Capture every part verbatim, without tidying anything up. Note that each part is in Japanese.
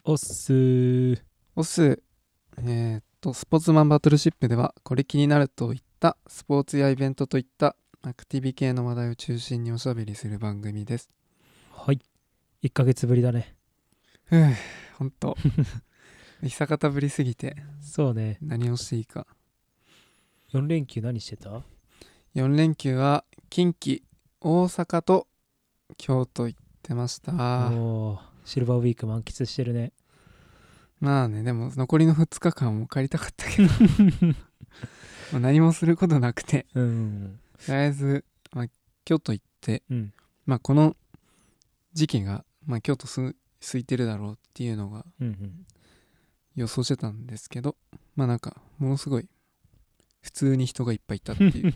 おっすー。 オス、えーっと、スポーツマンバトルシップでは、これ気になるといったスポーツやイベントといったアクティビ系の話題を中心におしゃべりする番組です。 はい。いっかげつぶりだね。 ふぅ、ほんと、久方ぶりすぎてそうね。 何をしていいか。 よん連休何してた？ よん連休は近畿、大阪と京都行ってました。 おー、シルバーウィーク満喫してるね。 まあね、でも残りのふつかかんも帰りたかったけど、まあ何もすることなくて、 うん。 とりあえず、まあ、京都行って、 うん。 まあこの時期が、まあ、京都す空いてるだろうっていうのがうんうん。 予想してたんですけど、まあなんかものすごい普通に人がいっぱいいたっていう。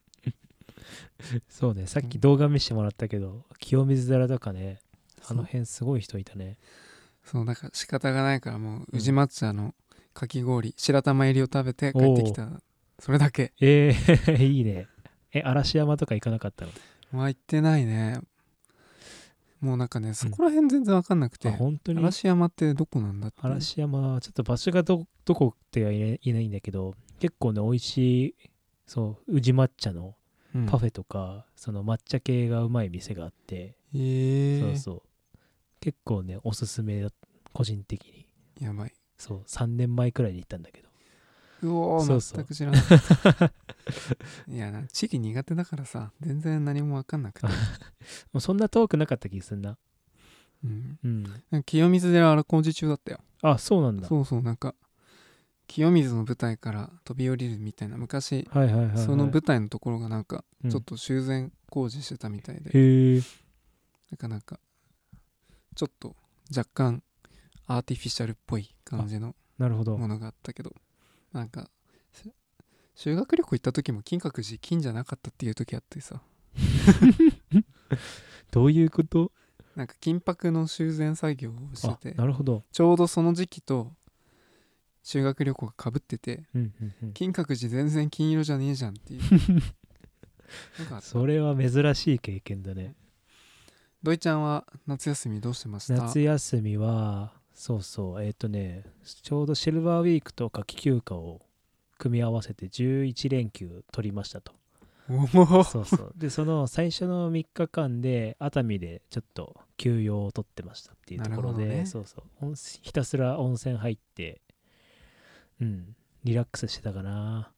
そうね。さっうん、 き動画見せてもらったけど、清水寺とかね、あのそう辺すごい人いたね。 そう、だから仕方がないからもう宇治うん。 抹茶のかき氷白玉入りを食べて帰ってきおー。 た、それだけ。 えー、いいね。え、嵐山とか行かなかったの？ まあ行ってないね。もうなんかね、 うん。 そこら辺全然わかんなくあ、 て、 本当に？ 嵐山ってどこなんだっていう。 嵐山、ちょっと場所がど、どこっては言え言えないんだけど、結構ね、美味しい、そう、宇治抹茶のうん。 パフェとか、その抹茶系がうまい店があって、そうえそう。結構ね、おすすめだ、個人的に。 ー、やばい。 そう、さんねんまえくらいに行ったんだけど。 うおー、 そうそう。 全く知らなかった。いやな、地理苦手だからさ、全然何もわかんなくて。 もうそんな遠くなかった気すんな。 うん。 うん。 清水寺荒工事中だったよ。 あ、そうなんだ。 そうそう、なんか清水の舞台から飛び降りるみたいな、昔はいはいはいはい。 その舞台のところがなんかうん。 ちょっと修繕工事してたみたいで、 へえ。 なんかなんかちょっと若干アーティフィシャルっぽい感あ、 じのなるほど。 ものがあったけど、なんか修学旅行行った時も金閣寺金じゃなかったっていう時あってさ、 どういうこと？ なんか金箔の修繕作業をしてあ、 て、 なるほど。 ちょうどその時期と修学旅行がかぶってて、 うんうんうん。 金閣寺全然金色じゃねえじゃんっていうのがあった。 それは珍しい経験だね。 土井ちゃんは夏休みどうしてました？ 夏休みは、そうそう、えっ、とね、ちょうどシルバーウィークと夏季休暇を組み合わせてじゅういち連休取りましたと。 おお、 そうそう。で、その最初のみっかかんで熱海でちょっと休養を取ってましたっていうなるところで、 ほどね。 そうそう。温泉ひたすら温泉入って、うん、リラックスしてたかな。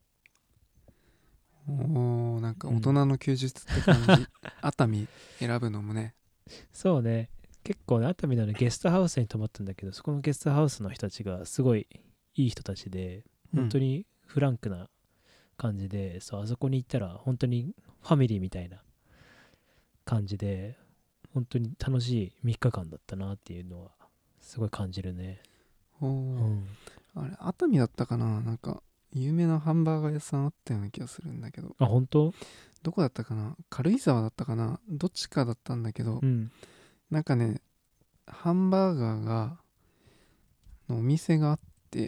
おお、なんかうん。 大人の休日って感じ。熱海選ぶのもね。 そうね。結構ね、熱海の、ね、ゲストハウスに泊まったんだけど、そこのゲストハウスの人たちがすごいいい人たちで、 うん。 本当にフランクな感じで、そう、あそこに行ったら本当にファミリーみたいな感じで、本当に楽しいみっかかんだったなっていうのはすごい感じるね。 おお、 うん。 あれ、熱海だったかな、なんか、有名なハンバーガー屋さんあったような気がするんだけど。 あ、本当？ どこだったかな、軽井沢だったかな、どっちかだったんだけど、 うん。 なんかね、ハンバーガーが、のお店があって、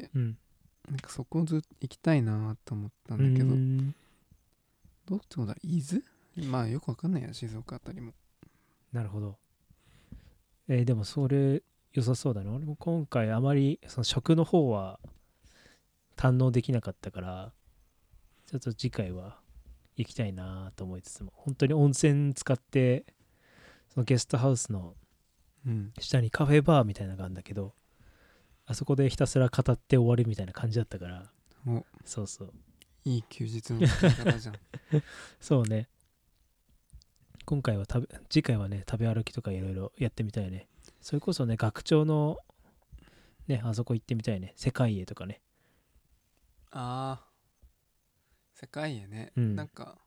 うん。 なんかそこずっと行きたいなと思ったんうーだけど、 ん。 どうってことだ、伊豆、まあよくわかんないや、静岡あたりも。 なるほど。えーでもそれ良さそうだね。俺も今回あまりその食の方は堪能できなかったから、ちょっと次回は行きたいなと思いつつも、本当に温泉使って、そのゲストハウスのうん。 下にカフェバーみたいなのがあるんだけど、あそこでひたすら語って終わりみたいな感じだったから、 お、 そうそう。 いい休日の使い方じゃん。 そうね。今回は食べ、次回はね、食べ歩きとかいろいろやってみたいね。それこそね、学長のね、あそこ行ってみたいね。世界へとかね。 ああ、世界へね。 うん。 なんか、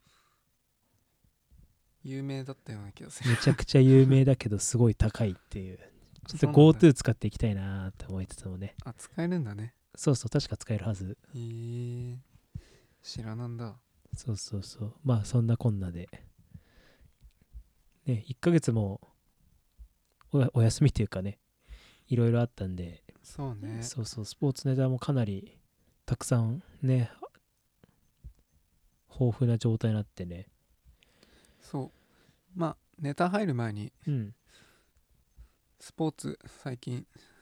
有名だったような気がする。 めちゃくちゃ有名だけど、すごい高いっていう。ちょっとそうなんだ。 GoTo 使っていきたいなーって思いつつもね。 あ、使えるんだね。 そうそう、確か使えるはず。 へえ、知らなんだ。 そうそうそう。まあ、そんなこんなで。ね、いっかげつもおお休みっていうかね、いろいろあったんで、 そうね。 そうそう、スポーツネタもかなりたくさんね、豊富な状態になってね。 そう。まあ、ネタ入る前に、 うん。 スポーツ、最近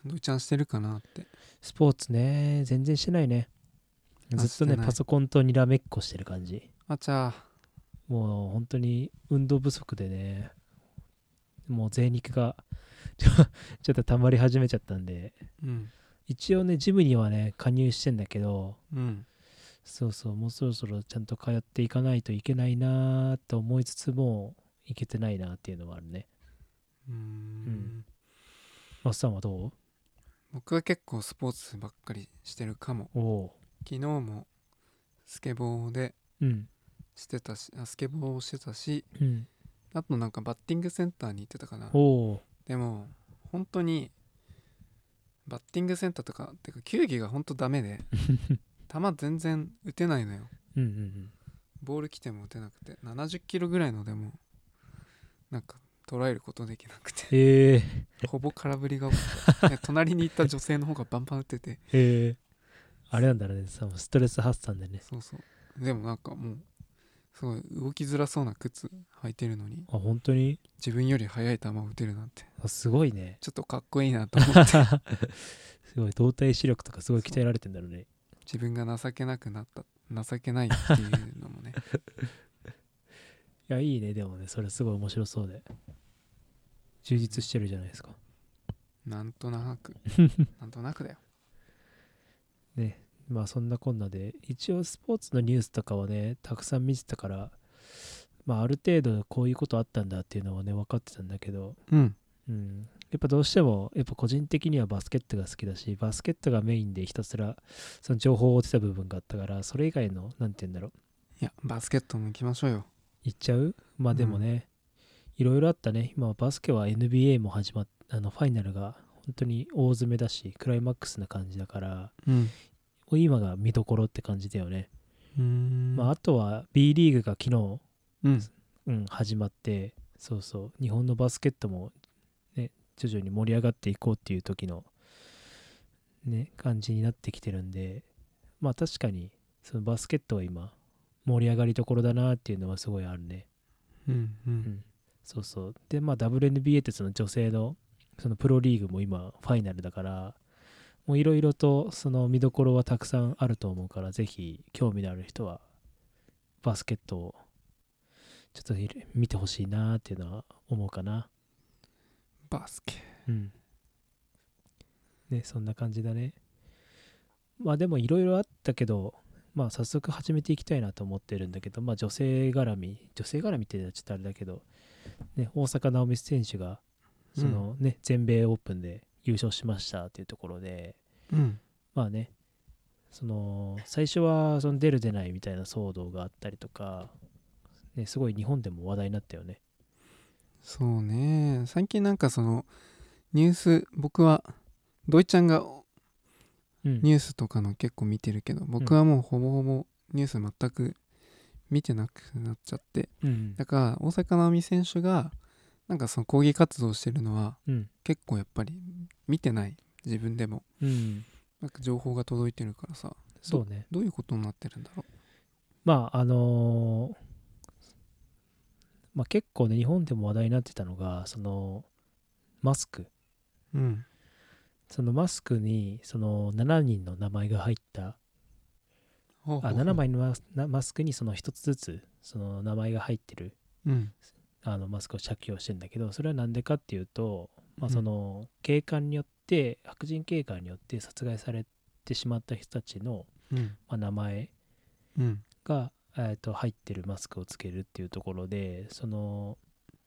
どいちゃんしてるかなって。 スポーツね、全然してないね。ずっとね、 してないパソコンとにらめっこしてる感じ。 あちゃもう本当に運動不足でね、もう贅肉がちょちょっと溜まり始めちゃったんで、 ーうん一応ね、ジムにはね、加入してんだけど、 うんそうそう、もうそろそろちゃんと通っていかないといけないなーって思いつつも、いけてないなっていうのはあるね。 うーうん。 んマスさんはど僕は結構スポーツばっかりしてるかも。 う？おお昨日もスケボーでー。うん。 してたし、あスケボーをしてたし、 うん。 あとなんかバッティングセンターに行ってたかな。 おお。 でも本当にバッティングセンターとかってか球技が本当ダメで、球全然打てないのよ。 うんうんうん。 ボール来ても打てなくて、ななじゅっキロぐらいのでもなんか捉えることできなくて、 へえ。 ほぼ空振りが多かったで隣に行った女性の方がバンバン打ってて、 へえ。あれなんだろうね。さ、ストレス発散でね。 そうそうでもなんかもうすごい動きづらそうな靴履いてるのにあ、本当に？ 自分より速い球を打てるなんてあ、すごいね。 ちょっとかっこいいなと思ってすごい、動体視力とかすごい鍛えられてんだろうね。 自分が情けなくなった情けないっていうのもねいや、いいね。でもね、それすごい面白そうで。充実してるじゃないですか。 なんとなくなんとなくだよ。 ね。まあそんなこんなで、一応スポーツのニュースとかはね、たくさん見てたから、まあある程度こういうことあったんだっていうのはね、分かってたんだけど、 うんうん。やっぱどうしても、やっぱ個人的にはバスケットが好きだし、バスケットがメインでひたすらその情報を追ってた部分があったから、それ以外の、なんて言うんだろう、 いやバスケットも行きましょうよ。 言っちゃう。まあでもね、いろいろあったね。今はバスケは エヌビーエー も始まっあのファイナルが本当に大詰めだし、クライマックスな感じだから、 うん今が見どころって感じだよね。 うーんまああとは B リーグが昨日、 うんうん、始まって、そうそう、日本のバスケットもね、徐々に盛り上がっていこうっていう時のね、感じになってきてるんで、まあ確かに、そのバスケットは今、盛り上がりどころだなっていうのはすごいあるね。 うんうんうん。そうそう。で、まあ ダブリューエヌビーエー ってその女性の、そのプロリーグも今、ファイナルだから、もういろいろとその見どころはたくさんあると思うから、ぜひ興味のある人は、バスケットをちょっと見てほしいなっていうのは思うかな。 バスケうん。ね、そんな感じだね。まあでもいろいろあったけど、まあ早速始めていきたいなと思ってるんだけど、まあ女性絡み、女性絡みって言ったらちょっとあれだけど、ね、大坂なおみ選手が、そのね、全米オープンで優勝しましたっていうところで、 うんまあね、その、最初はその出る出ないみたいな騒動があったりとか、ね、すごい日本でも話題になったよね。 そうね最近なんかそのニュース僕は土井ちゃんがうん。 ニュースとかの結構見てるけど僕はもうほぼほぼニュース全く見てなくなっちゃって、 うん。 だから大坂なおみ選手がなんかその抗議活動してるのはうん。 結構やっぱり見てない自分でもうん。 なんか情報が届いてるからさそうね。 どういうことになってるんだろまあ、あのーまあ結構ね、日本でも話題になってたのが、その、マスク。 う。うんそのマスクに、そのしちにんの名前が入った、あ、 ほうほうほうななまいのマスマスクにそのひとつずつ、その名前が入ってる、 うんあのマスクを着用してんだけど、それはなんでかっていうと、まあ、 うんその警官によって白人警官によって殺害されてしまった人たちの、 うんまあ、名前うんが、えー、と入ってるマスクをつけるっていうところで、その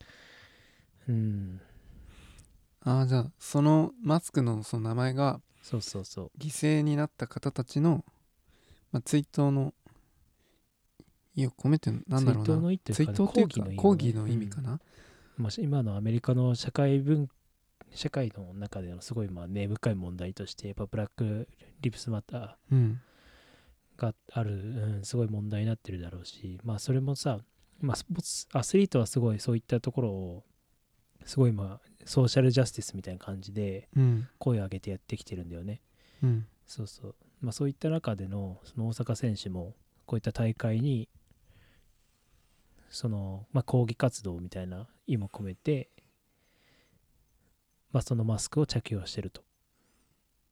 うんああじゃあそのマスクのその名前がそうそうそ犠牲になった方たちの、まあ、追悼の意を込めてなう、追悼んだろうなの意というか、ね、 追悼というか抗議の意を、ね、 抗議の意味かな、 うん、まあ、今のアメリカの社会文社会の中でのすごいまあ根深い問題として、やっぱブラック・リブスマターうんがある、うん、すごい問題になってるだろうし、まあそれもさ、まあスポーツ、アスリートはすごいそういったところを、すごいまあソーシャルジャスティスみたいな感じでうん声を上げてやってきてるんだよね。 うんそうそう。まあそういった中での、その大坂選手も、こういった大会に、その、まあ抗議活動みたいな意も込めて、まあそのマスクを着用してると。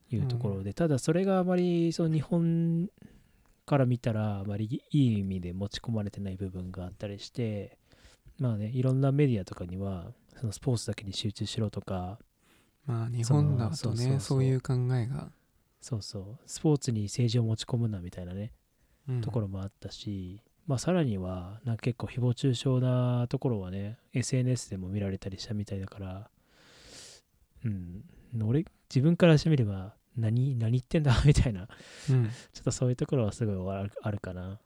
いうところで、ただそれがあまりその日本から見たらあまりいい意味で持ち込まれてない部分があったりして、まあね、いろんなメディアとかにはそのスポーツだけに集中しろとか、 まあ日そ本だのそうとねそうそうそういう考えが、 そうそうスポーツに政治を持ち込むなみたいなね、 うん、 ところもあったし、まあさらにはなんか結構誹謗中傷なところはね エスエヌエス でも見られたりしたみたいだから、うん俺自分からしてみれば何何言ってんだみたいな、 うんちょっとそういうところはすごいあるあるかな。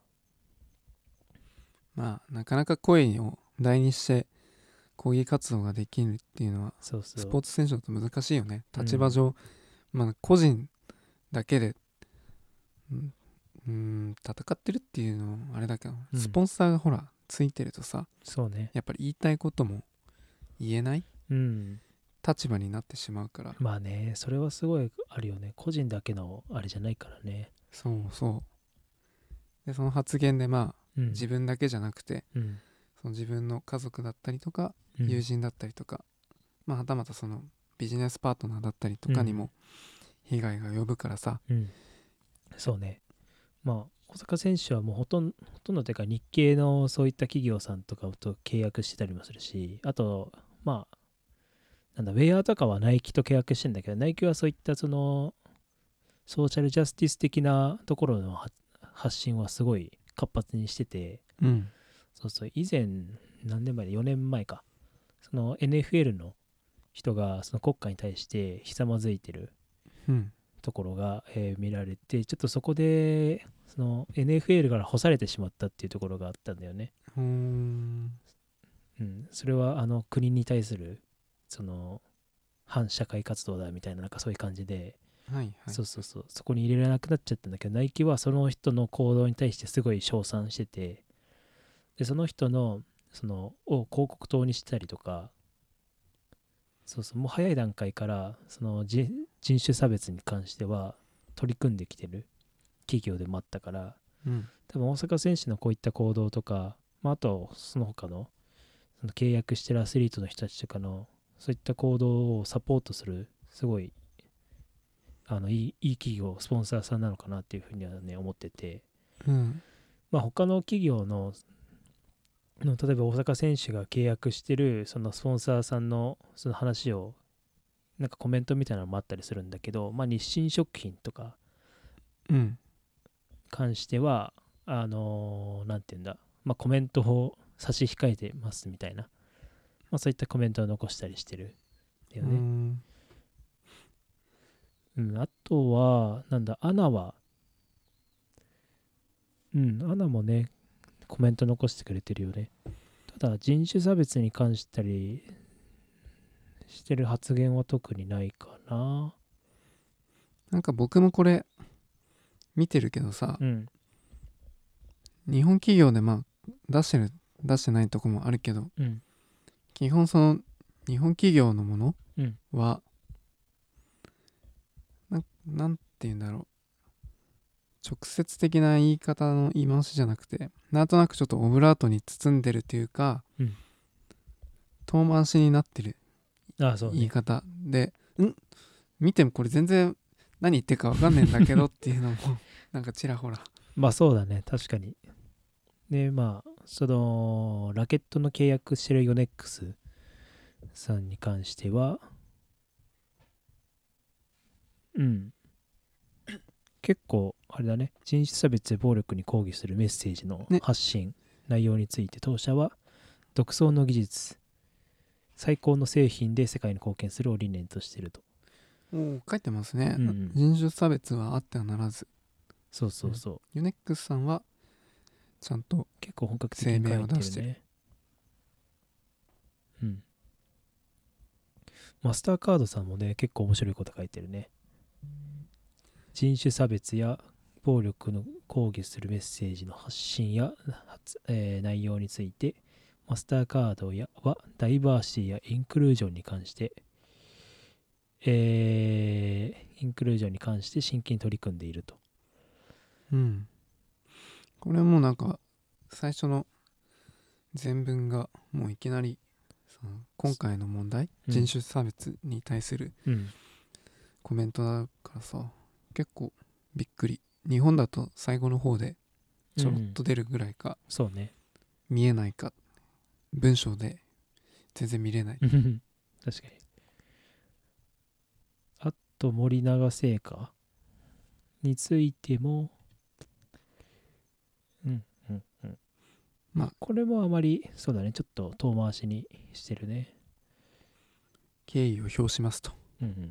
まあなかなか声を大にして抗議活動ができるっていうのはそうそうスポーツ選手だと難しいよね。 うん立場上、まあ個人だけでうんうーん戦ってるっていうのもあれだけど、 うんスポンサーがほらついてるとさ、 そうねやっぱり言いたいことも言えないうん立場になってしまうから。 まあねそれはすごいあるよね、個人だけのあれじゃないからね。 そうそうでその発言でまあうん自分だけじゃなくて、 うんその自分の家族だったりとかうん友人だったりとか、まあはたまたそのビジネスパートナーだったりとかにも被害が及ぶからさ、 うんそうね。まあ小坂選手はもうほとんどほとんどというか日系のそういった企業さんとかと契約してたりもするし、あとまあなんだウェアとかはナイキと契約してんだけど、ナイキはそういったそのソーシャルジャスティス的なところのは発信はすごい活発にしてて、 うんそうそう以前何年前でよねんまえか、その エヌエフエル の人がその国家に対してひざまずいてるうんところが、えー見られて、ちょっとそこでその エヌエフエル から干されてしまったっていうところがあったんだよね。 うーんうん、それはあの国に対するその反社会活動だみたいな、なんかそういう感じで、 はいはいそうそうそう、そこに入れられなくなっちゃったんだけど、ナイキはその人の行動に対してすごい称賛してて、でその人のそのを広告塔にしたりとか、そうそう、もう早い段階からその人人種差別に関しては取り組んできてる企業でもあったから、 うん多分大阪選手のこういった行動とか、まあ、あとその他のその契約してるアスリートの人たちとかのそういった行動をサポートするすごいあのいいいい企業スポンサーさんなのかなっていうふうにはね思ってて、 うんまあ他の企業のの例えば大阪選手が契約してるそのスポンサーさんのその話をなんかコメントみたいなのもあったりするんだけど、まあ、日清食品とかうん関してはあのーなんていうんだ、まあ、コメントを差し控えてますみたいな、まあ、そういったコメントを残したりしてるんだようーね。 んうん、あとはなんだアナはうんアナもねコメント残してくれてるよね。ただ人種差別に関したりしてる発言は特にないかな。 なんか僕もこれ見てるけどさ、 うん日本企業でまあ出してる出してないとこもあるけど、 うん基本その日本企業のものうんは、ななんて言うんだろう、直接的な言い方の言い回しじゃなくて、なんとなくちょっとオブラートに包んでるというか、 うん遠回しになってるああそうね言い方で、ん見てもこれ全然何言ってるか分かんねえんだけどっていうのもなんかちらほら。 まあそうだね確かに。でまあそのラケットの契約してるヨネックスさんに関してはうん結構あれだね、人種差別や暴力に抗議するメッセージのね発信、内容について当社は独創の技術最高の製品で世界に貢献するを理念としていると。 おー書いてますね、 うんうん人種差別はあってはならず。 そうそうそう、 ユネックスさんはちゃんと結構本格的に書いて声明をる出してるね。うんマスターカードさんもね結構面白いこと書いてるね。人種差別や暴力の抗議するメッセージの発信や、えー内容についてマスターカードやはダイバーシティやインクルージョンに関して、えーインクルージョンに関して真剣に取り組んでいると。 うんこれもなんか最初の全文がもういきなりその今回の問題、 うん人種差別に対するうんコメントだからさ、結構びっくり。日本だと最後の方でちょろっと出るぐらいか、 うん、そうね。 見えないか、文章で全然見れない。 確かに。あと森永製菓についても、うんうんうん。 まあこれもあまり、そうだね、ちょっと遠回しにしてるね。 敬意を表しますと。 うんうん。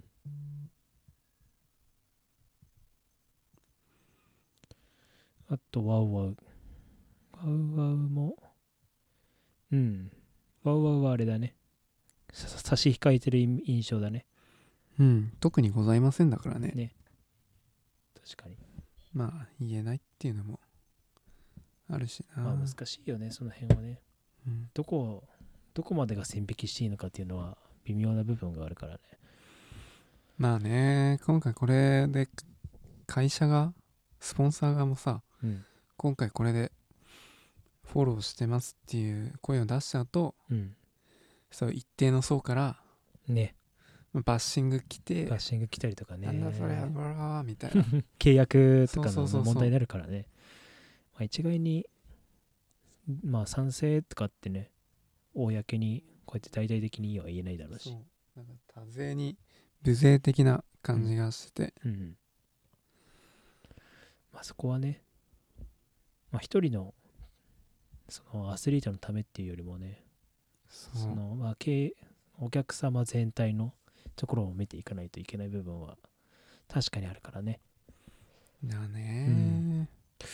あと、ワウワウ。ワウワウも、うん。ワウワウはあれだね。さ差し控えてる印象だね。 うん、特にございませんだからね。 ね。確かに。 まあ言えないっていうのもあるしな。 まあ難しいよね、その辺はね。 うん、 どこ、どこまでが線引きしていいのかっていうのは微妙な部分があるからね。 まあね、今回これで会社が、スポンサー側もさ、 うん。 今回これでフォローしてますっていう声を出しちゃうと、 うん。 そう一定の層からね。 バッシング来て、 バッシング来たりとかね。 なんだそれはブラーみたいな。 契約とかのそうそうそうそう問題になるからね。まあ、一概に、まあ賛成とかってね、公にこうやって大々的には言えないだろうし。 そうなんか多勢に無勢的な感じがしてて、 うん。うん、まあそこはね、まあ一人のそのアスリートのためっていうよりもね、 そうそのまあ経お客様全体のところを見ていかないといけない部分は確かにあるからね。 だね、 うん、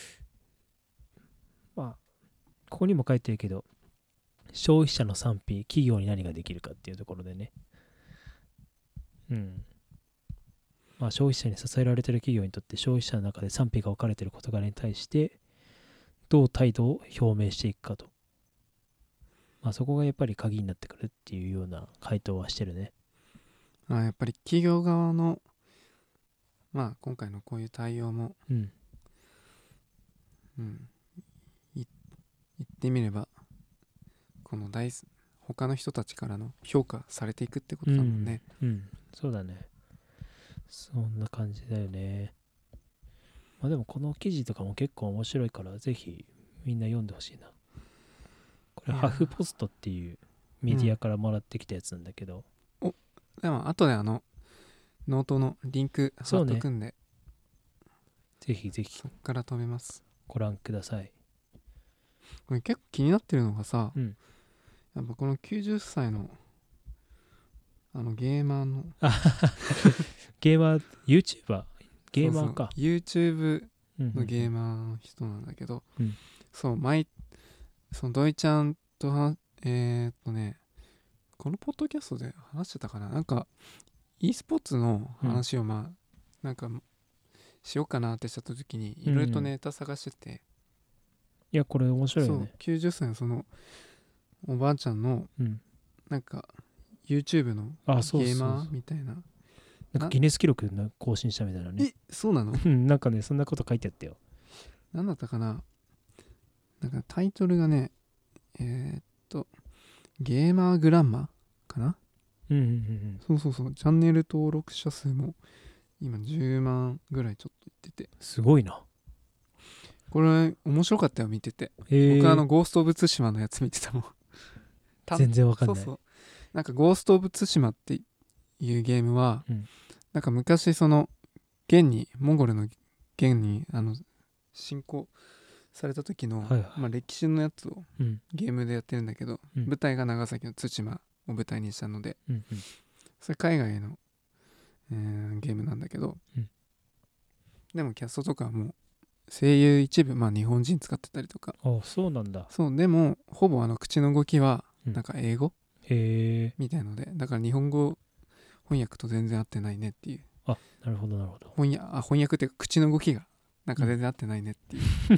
まあここにも書いてるけど、消費者の賛否、企業に何ができるかっていうところでね。うん。まあ消費者に支えられている企業にとって消費者の中で賛否が分かれている事柄に対してどう態度を表明していくかと。まあそこがやっぱり鍵になってくるっていうような回答はしてるね。 あやっぱり企業側のまあ今回のこういう対応も、 うん。 うん、言ってみればこの大他の人たちからの評価されていくってことだもんね。 うん、うん、そうだね。そんな感じだよね。まあでもこの記事とかも結構面白いからぜひみんな読んでほしいな。これいやハフポストっていうメディアからもらってきたやつなんだけど、 うん、おでも後であのノートのリンク貼っとくんで、 ぜひぜひそっから飛べます。 ご覧ください。 これ結構気になってるのがさ、 うん。 やっぱこのきゅうじゅっさいのあのゲーマーのゲーマー、YouTuber、ゲーマーか。 そうそう YouTube うんうんうんのゲーマーの人なんだけど、 うんそう毎そのドイちゃんとはえー、っとねこのポッドキャストで話してたかな、なんか e スポーツの話をまあ、なんかしようかなってした時にいろいろとネタ探してて、 いやこれ面白いそうよね。 きゅうじゅっさいのそのおばあちゃんのうん。 なんか YouTube のあ、そうそうそうゲーマーみたいな、 なんかギネス記録の更新したみたいなね。 えそうなのうんなんかね、そんなこと書いてあったよ。 なんだったかな、なんかタイトルがねえー、っとゲーマーグランマかな、 うんうんうんそうそうそう、チャンネル登録者数も今じゅうまんぐらいちょっといってて、 すごいな。 これ面白かったよ見てて。 へえ。 僕あのゴースト・オブ・ツシマのやつ見てたもん全然わかんない。 そうそう、なんかゴースト・オブ・ツシマっていうゲームは、 うん、 なんか昔その現にモンゴルの現にあの侵攻された時の、 はいはい、 まあ、歴史のやつをうんゲームでやってるんだけど、 うん、 舞台が長崎の対馬を舞台にしたので、 うんうん、 それ海外の、えーゲームなんだけど、 うん、 でもキャストとかはもう声優一部、まあ、日本人使ってたりとか、 あ、そうなんだ。 そうでもほぼあの口の動きはなんか英語、 へえ。 みたいので、だから日本語翻訳と全然合ってないねっていう、 あ、なるほどなるほど。 翻訳あ翻訳っていうか口の動きがなんか全然合ってないねっていう、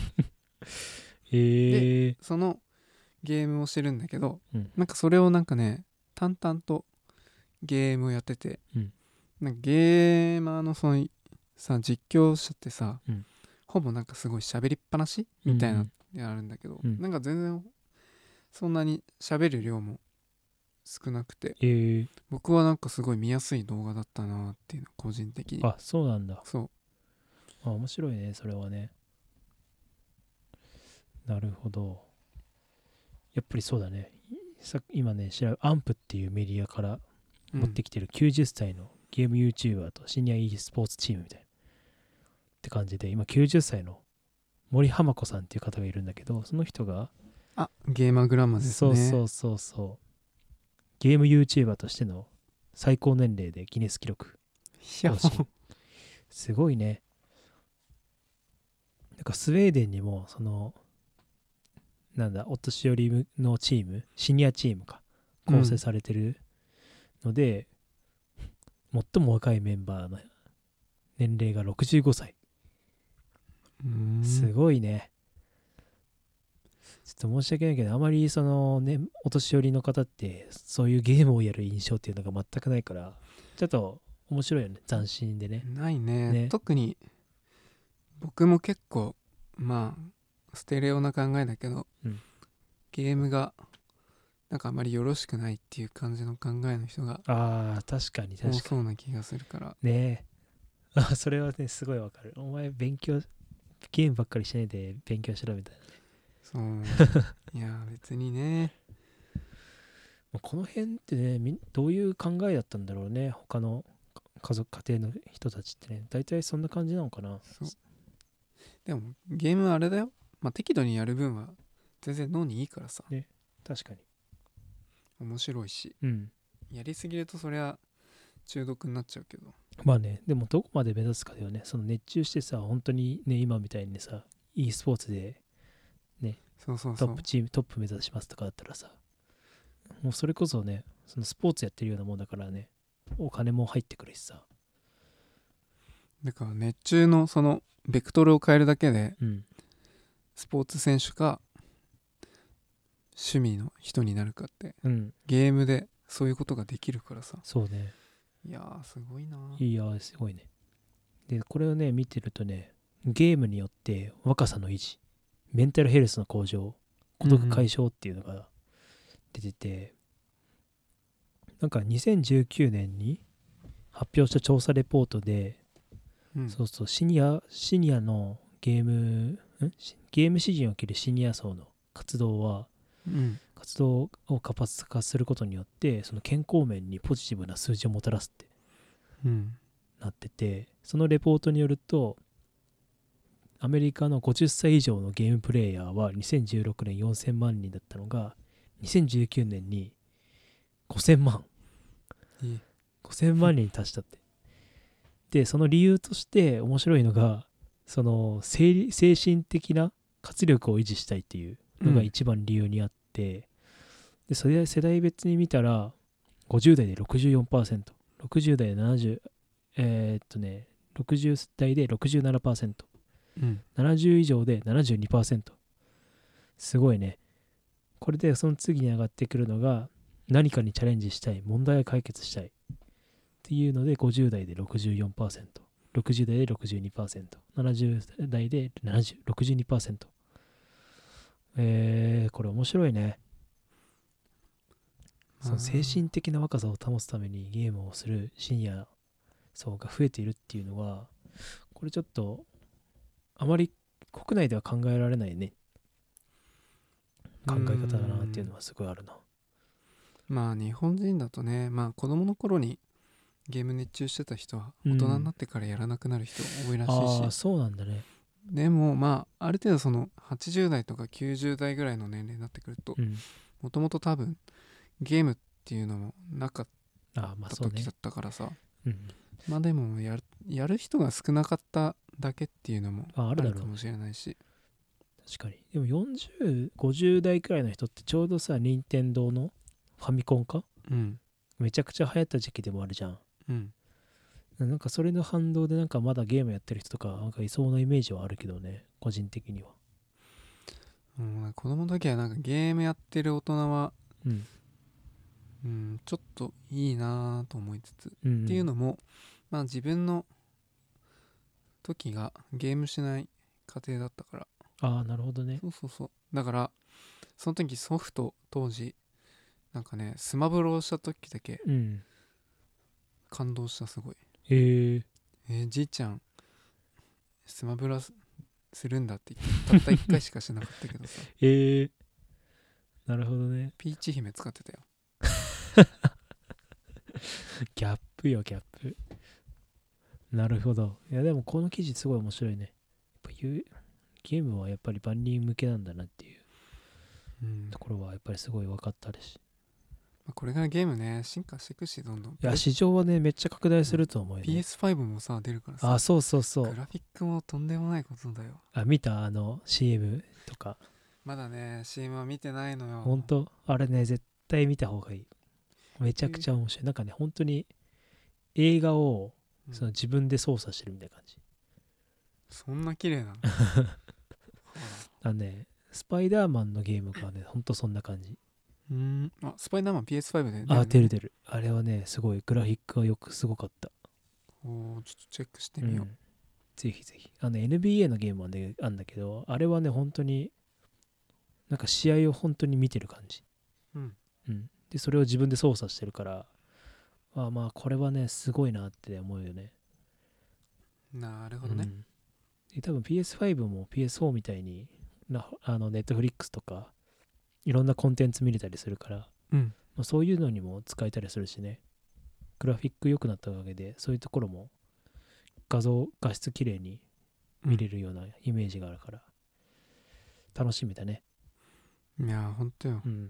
へえ。 そのゲームをしてるんだけど、 うん、 なんかそれをなんかね淡々とゲームをやってて、 うん、 なんかゲーマーのそのさ実況者ってさ、 うん、 ほぼなんかすごい喋りっぱなしみたいなのがあるんだけど、 うん、 なんか全然そんなに喋る量も少なくて、 えー、 僕はなんかすごい見やすい動画だったなっていうの個人的に。 あ、そうなんだ。 そうあ、面白いね、それはね。なるほど。やっぱりそうだね。さ今ね、調べ、アンプっていうメディアからうん持ってきてるきゅうじゅっさいのゲーム YouTuber とシニア e スポーツチームみたいなって感じで、今きゅうじゅっさいの森浜子さんっていう方がいるんだけど、その人が、 あ、ゲーマグラマですね。 そうそうそうそう、ゲーム YouTuber としての最高年齢でギネス記録いや更新。すごいね。なんかスウェーデンにも、その、なんだ、お年寄りのチーム、シニアチームか、構成されてるので、最も若いメンバーの年齢がろくじゅうごさい。 うーんすごいね。ちょっと申し訳ないけど、あまりそのね、お年寄りの方って、そういうゲームをやる印象っていうのが全くないから、ちょっと面白いよね。斬新でね。 ないね。 ね。 特に僕も結構まあステレオな考えだけど、 うんゲームがなんかあまりよろしくないっていう感じの考えの人がああ、確かに多確かそうな気がするから。 に。ねえ。あ、それはね、すごいわかる。お前勉強、ゲームばっかりしないで勉強しろみたいなね。 そういや別にね。 まあこの辺ってね、みどういう考えだったんだろうね。他の家族、家庭の人たちってね。大体そんな感じなのかな。 そうでもゲームはあれだよ、まあ適度にやる分は全然脳にいいからさ、 ね。確かに。 面白いし、 うん。 やりすぎるとそりゃ中毒になっちゃうけど。 まあね、でもどこまで目指すかだよね。その熱中してさ、本当にね、今みたいにさ、e スポーツでそうそうそう。 トップチーム、トップ目指しますとかだったらさ、もうそれこそね、そのスポーツやってるようなもんだからね、お金も入ってくるしさ。 だから熱中のそのベクトルを変えるだけでうん。 スポーツ選手か趣味の人になるかってうん。 ゲームでそういうことができるからさ。 そうね。 いやーすごいないやー、すごいね。で、これをね、見てるとね、ゲームによって若さの維持、メンタルヘルスの向上、孤独解消っていうのが出てて、なんかにせんじゅうきゅうねんに発表した調査レポートで、 うんうんそうそう、シニア、シニアのゲーム、んゲーム市場におけるシニア層の活動は、 うん活動を活発化することによって、その健康面にポジティブな数字をもたらすってうんなってて、そのレポートによると、アメリカのごじゅっさい以上のゲームプレイヤーはにせんじゅうろくねんよんせんまんにんだったのが、にせんじゅうきゅうねんにごせんまん。 いいごせんまんにんに達したって。で、その理由として面白いのが、その精精神的な活力を維持したいっていうのが一番理由にあって、でそれ世代別に見たら、ごじゅう代で ろくじゅうよんパーセント、ろくじゅう代でななじゅう、えー、っとね、ろくじゅう代で ろくじゅうななパーセント、 うんななじゅう以上で ななじゅうにパーセント。すごいね。これでその次に上がってくるのが、何かにチャレンジしたい、問題を解決したいっていうので、ごじゅう代で ろくじゅうよんパーセント、ろくじゅう代で ろくじゅうにパーセント、ななじゅう代でななじゅう、ろくじゅうにパーセント。えー、これ面白いね。その精神的な若さを保つためにゲームをするシニア層が増えているっていうのは、これちょっとあまり国内では考えられないね、考え方だなっていうのはすごいあるな。 まあ日本人だとね、まあ子供の頃にゲーム熱中してた人はうん大人になってからやらなくなる人多いらしいし、 ああ、そうなんだね。 でもまあある程度そのはちじゅう代とかきゅうじゅう代ぐらいの年齢になってくると、 うん。 もともと多分ゲームっていうのもなかっああ、まあたそうね時だ。ったからさ、 うん。 まあでもやるやる人が少なかっただけっていうのもあ、ああるだろうね。 るかもしれないし。 確かに。でもよんじゅう、ごじゅう代くらいの人ってちょうどさ、任天堂のファミコンかうんめちゃくちゃ流行った時期でもあるじゃん。 うんなんかそれの反動でなんかまだゲームやってる人とかなんかいそうなイメージはあるけどね、個人的には。 うん、子供の時はなんかゲームやってる大人は、 うん。 うん、ちょっといいなと思いつつ、 うん、うん。 っていうのもまあ自分の時がゲームしない家庭だったから。 ああ、なるほどね。 そうそうそう、だからその時ソフト当時なんかねスマブラをした時だけうん感動した。すごい。 えー、 えー、じいちゃんスマブラすするんだって言ってたったいっかいしかしなかったけどさえー、なるほどね。 ピーチ姫使ってたよ。 ギャップよギャップ。なるほど。いやでもこの記事すごい面白いね。やっぱゆゲームはやっぱり万人向けなんだなっていううんところはやっぱりすごい分かったですし。 まあこれからゲームね進化していくし、どんどん。 いや市場はねめっちゃ拡大すると思うよね。 ピーエスファイブ もさ出るからさ、 あそうそうそう。 グラフィックもとんでもないことだよ。 あ見たあの シーエム とか。 まだね シーエム は見てないのよ。 ほんとあれね絶対見た方がいい。めちゃくちゃ面白い。なんかね本当に映画をうんその自分で操作してるみたいな感じ。 そんな綺麗なのあのねスパイダーマンのゲームがねほんとそんな感じ。 うーんあスパイダーマン ピーエスファイブ で出るあの出る出る。あれはねすごいグラフィックがよくすごかった。 おーちょっとチェックしてみよう、 うん、ぜひぜひ。あの エヌビーエー のゲームはねあんだけど、あれはね本当になんか試合を本当に見てる感じ。 うんうん、でそれを自分で操作してるから、あまあこれはねすごいなって思うよね。 なるほどね、 うん、で多分 ピーエスファイブ も ピーエスフォー みたいになあの Netflix とかいろんなコンテンツ見れたりするから、 うんまあ、そういうのにも使えたりするしね。グラフィック良くなったおかげでそういうところも画像画質綺麗に見れるようなイメージがあるから楽しみだね。 いやーほんとよ。 うん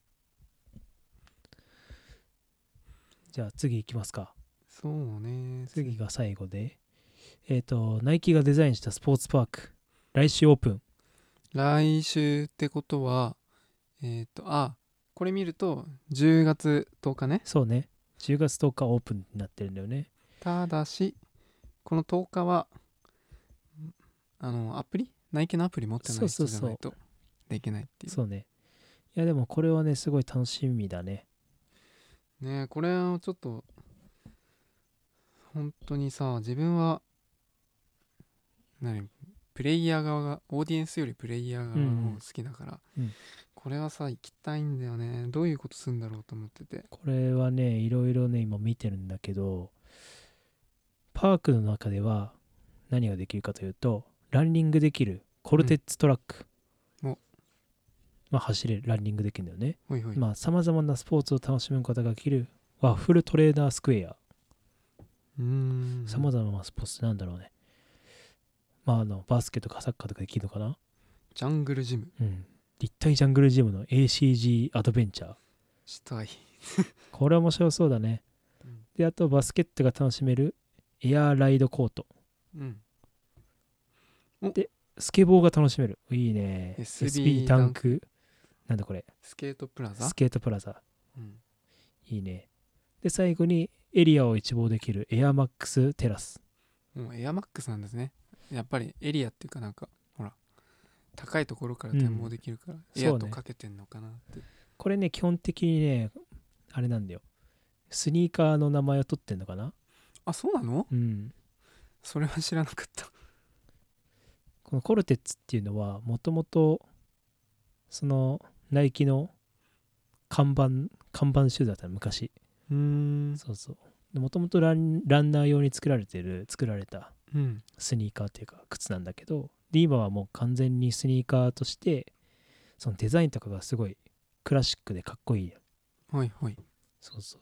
じゃあ次行きますか。 そうね次が最後でえっ、とナイキがデザインしたスポーツパーク来週オープン。 来週ってことはえっ、とあこれ見るとじゅうがつとおかね。 そうねじゅうがつとおかオープンになってるんだよね。 ただしこのとおかはあのアプリナイキのアプリ持ってない人じゃないとできないっていう。 そうね。いやでもこれはねすごい楽しみだね。 ねえこれはちょっと本当にさ自分は何プレイヤー側がオーディエンスよりプレイヤー側の方が好きだから、 うんうんこれはさ行きたいんだよね。どういうことするんだろうと思ってて。 これはねいろいろね今見てるんだけど、パークの中では何ができるかというとランニングできるコルテッツトラック、 うんおまあ走れるランニングできるんだよね。 ほいほい、 まあさまざまなスポーツを楽しむことができるワッフルトレーナースクエア。 うーんさまざまなスポーツなんだろうね。まああのバスケとかサッカーとかできるのかな。 ジャングルジムうん立体ジャングルジムの エーシージー アドベンチャー。 したい、 これ面白そうだね。 うんであとバスケットが楽しめるエアーライドコート。 うんスケボーが楽しめる。いいね。 エスビーエスビー ダンク。なんだこれ。 スケートプラザスケートプラザ。 うんいいね。で、最後にエリアを一望できるエアマックステラス。 もうエアマックスなんですね。やっぱりエリアっていうかなんかほら高いところから展望できるから、 うんエアとかけてんのかなって、 これね、基本的にね、あれなんだよ。スニーカーの名前を取ってんのかな。 あそうなの。 うん。 それは知らなかった。 このコルテッツっていうのは、もともと、その、ナイキの看板、看板シューズだったの、昔。 うーんそうそう。もともとランランナー用に作られてる、作られたうんスニーカーっていうか靴なんだけど、で今はもう完全にスニーカーとしてそのデザインとかがすごいクラシックでかっこいい。 はいはい。 そうそう。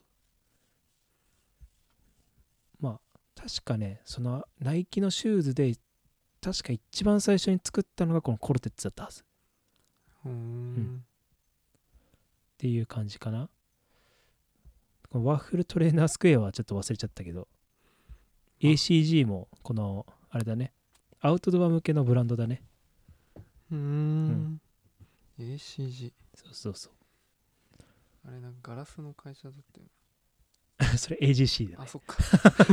まあ確かねそのナイキのシューズで確か一番最初に作ったのがこのコルテッツだったはずっうーんていう感じかな。このワッフルトレーナースクエアはちょっと忘れちゃったけど エーシージー もこのあれだねアウトドア向けのブランドだね。 うーん エーシージーそうそうそうあれなんかガラスの会社だったよね。 それ エージーシー だね。 あそっか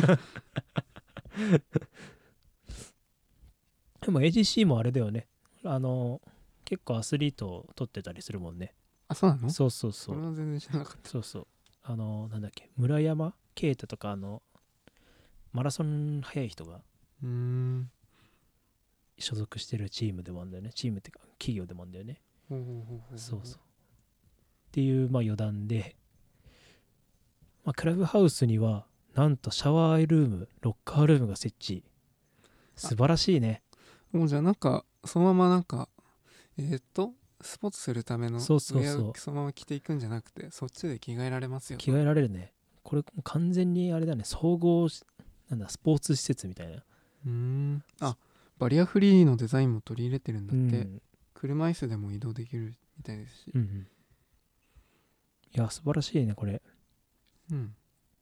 でも エージーシー もあれだよね。あの、結構アスリートを取ってたりするもんね。 あそうなの。 そうそうそ。 そうれは全然知らなかった。 そうそう。あの、なんだっけ、村山啓太とか、あの、マラソン速い人がうーん所属してるチームでもあるんだよね。チームっていうか、企業でもあるんだよね。 ほうほうほうほうほうそうそう。 っていうまあ余談で、まあ、クラブハウスにはなんとシャワールームロッカールームが設置。素晴らしいね。 もうじゃあなんかそのままなんかえー、っとスポーツするためのウそうそうェアをそう、 そのまま着ていくんじゃなくて、そっちで着替えられますよと。 着替えられるね。これ完全にあれだね、総合なんだスポーツ施設みたいな。 うーん、あ、バリアフリーのデザインも取り入れてるんだうって、 ん車椅子でも移動できるみたいですし、 うんうん、いや素晴らしいねこれ。 うん、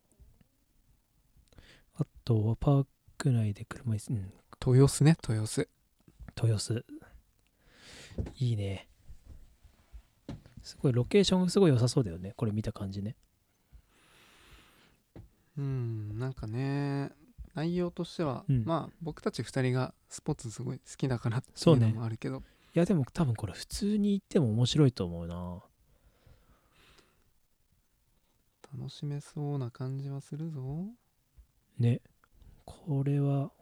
あとはパーク内で車椅子、うん、 豊洲ね、豊洲。 豊洲いいね。すごいロケーションがすごい良さそうだよねこれ見た感じね。 うん、なんかね、内容としては、 うん、 まあ僕たちふたりがスポーツすごい好きだからっていうのそうね。 もあるけど、 いやでも多分これ普通に行っても面白いと思うな。 楽しめそうな感じはするぞ。 ね、これは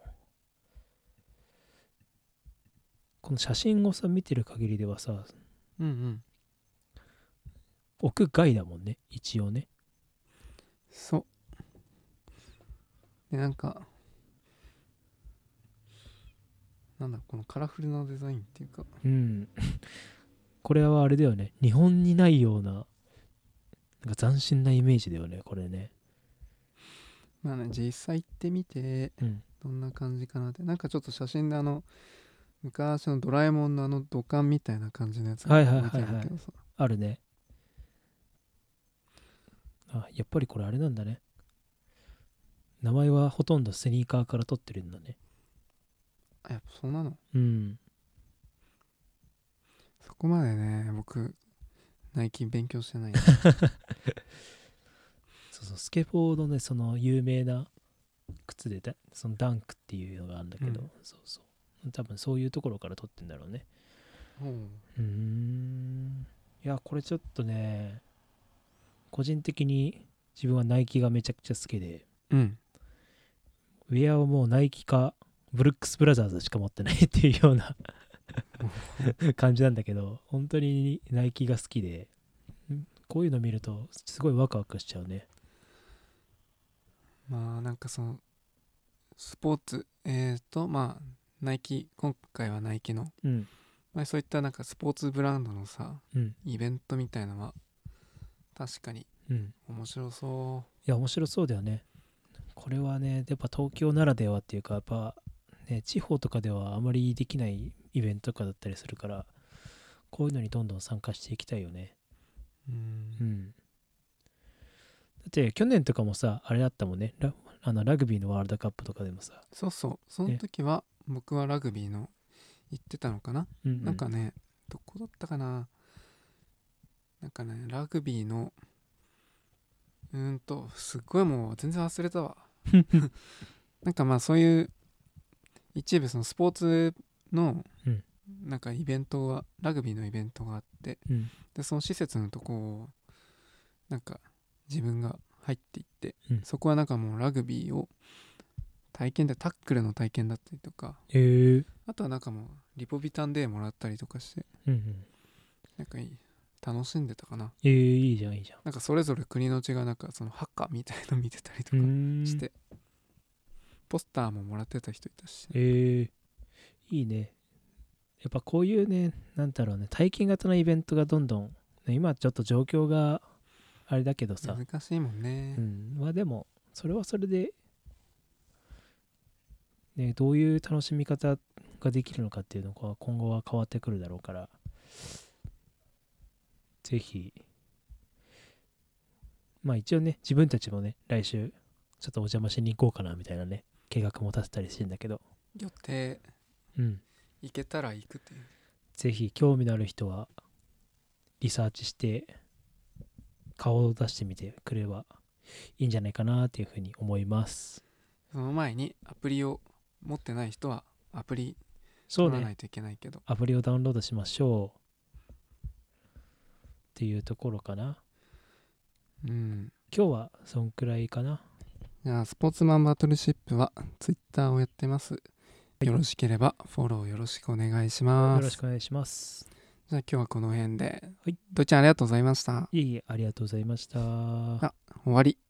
この写真をさ見てる限りではさ、 うんうん、 屋外だもんね一応ね。 そうで、なんかなんだこのカラフルなデザインっていうか、 うん。これはあれだよね、日本にないような、なんか斬新なイメージだよねこれね。 まあね、実際行ってみてうん、 どんな感じかなって。なんかちょっと写真であの昔のドラえもんのあの土管みたいな感じのやつがはいはい置いてはいはい、 あるけどさ、 あるね。あ、やっぱりこれあれなんだね。名前はほとんどスニーカーから取ってるんだね。 あ、やっぱそうなの。 うん。 そこまでね僕ナイキ勉強してないな。 そうそう、スケボーのね、その有名な靴でだ、そのダンクっていうのがあるんだけど、 うん、 そうそう。多分そういうところから取ってんだろうね。 おう、 うーん。いや、これちょっとね、個人的に自分はナイキがめちゃくちゃ好きで、 うん、 ウェアはもうナイキかブルックスブラザーズしか持ってないっていうような感じなんだけど、本当にナイキが好きで、こういうの見るとすごいワクワクしちゃうね。 まあなんかそのスポーツえーとまあナイキ、今回はナイキの、 うん。 まあ、そういったなんかスポーツブランドのさうん。 イベントみたいのは確かにうん。 面白そいや、面白そうだよね。これはね、やっぱ東京ならではっていうか、やっぱ、ね、地方とかではあまりできないイベントとかだったりするから、こういうのにどんどん参加していきたいよね。 う。うん、 うん。だって去年とかもさ、あれだったもんね。ラあのラグビーのワールドカップとかでもさ。 そうそう、そのね。 時は僕はラグビーの行ってたのかな。 うんうん。 なんかね、どこだったかな。なんかね、ラグビーのうーんとすっごいもう全然忘れたわ。なんかまあそういう一部そのスポーツのうん。 なんかイベントが、ラグビーのイベントがあって、 うん。 でその施設のとこをなんか自分が入っていって、 うん。 そこはなんかもうラグビーを体験でタックルの体験だったりとか、 えー。 あとはなんかもうリポビタンデーもらったりとかして、 うんうん。 なんかいい楽しんでたかな。 えー、いいじゃん、いいじゃん。 なんかそれぞれ国の血がなんかそのハッカーみたいの見てたりとうーかん。 して、ポスターももらってた人いたし、 えー、いいね。やっぱこういうね、なんだろうね、体験型のイベントがどんどん、ね、今ちょっと状況があれだけどさ、 難しいもんね。 うん、まあでも、それはそれで、ね、どういう楽しみ方ができるのかっていうのが今後は変わってくるだろうから、ぜひ、まあ一応ね、自分たちもね、来週、ちょっとお邪魔しに行こうかなみたいなね、計画も立てたりしてんだけど、 予定うん、 行けたら行くっていう。 ぜひ興味のある人は、リサーチして、顔を出してみてくれればいいんじゃないかなっていうふうに思います。 その前にアプリを持ってない人はアプリそうね、 取らないといけないけど、 アプリをダウンロードしましょうっていうところかな。 うん。 今日はそんくらいかな。 じゃあスポーツマンバトルシップはツイッターをやってます。よろしければフォローよろしくお願いします。 よろしくお願いします。 じゃあ今日はこの辺で。 はい。 土井ちゃんありがとうございました。 いえいえ、ありがとうございました。 終わり。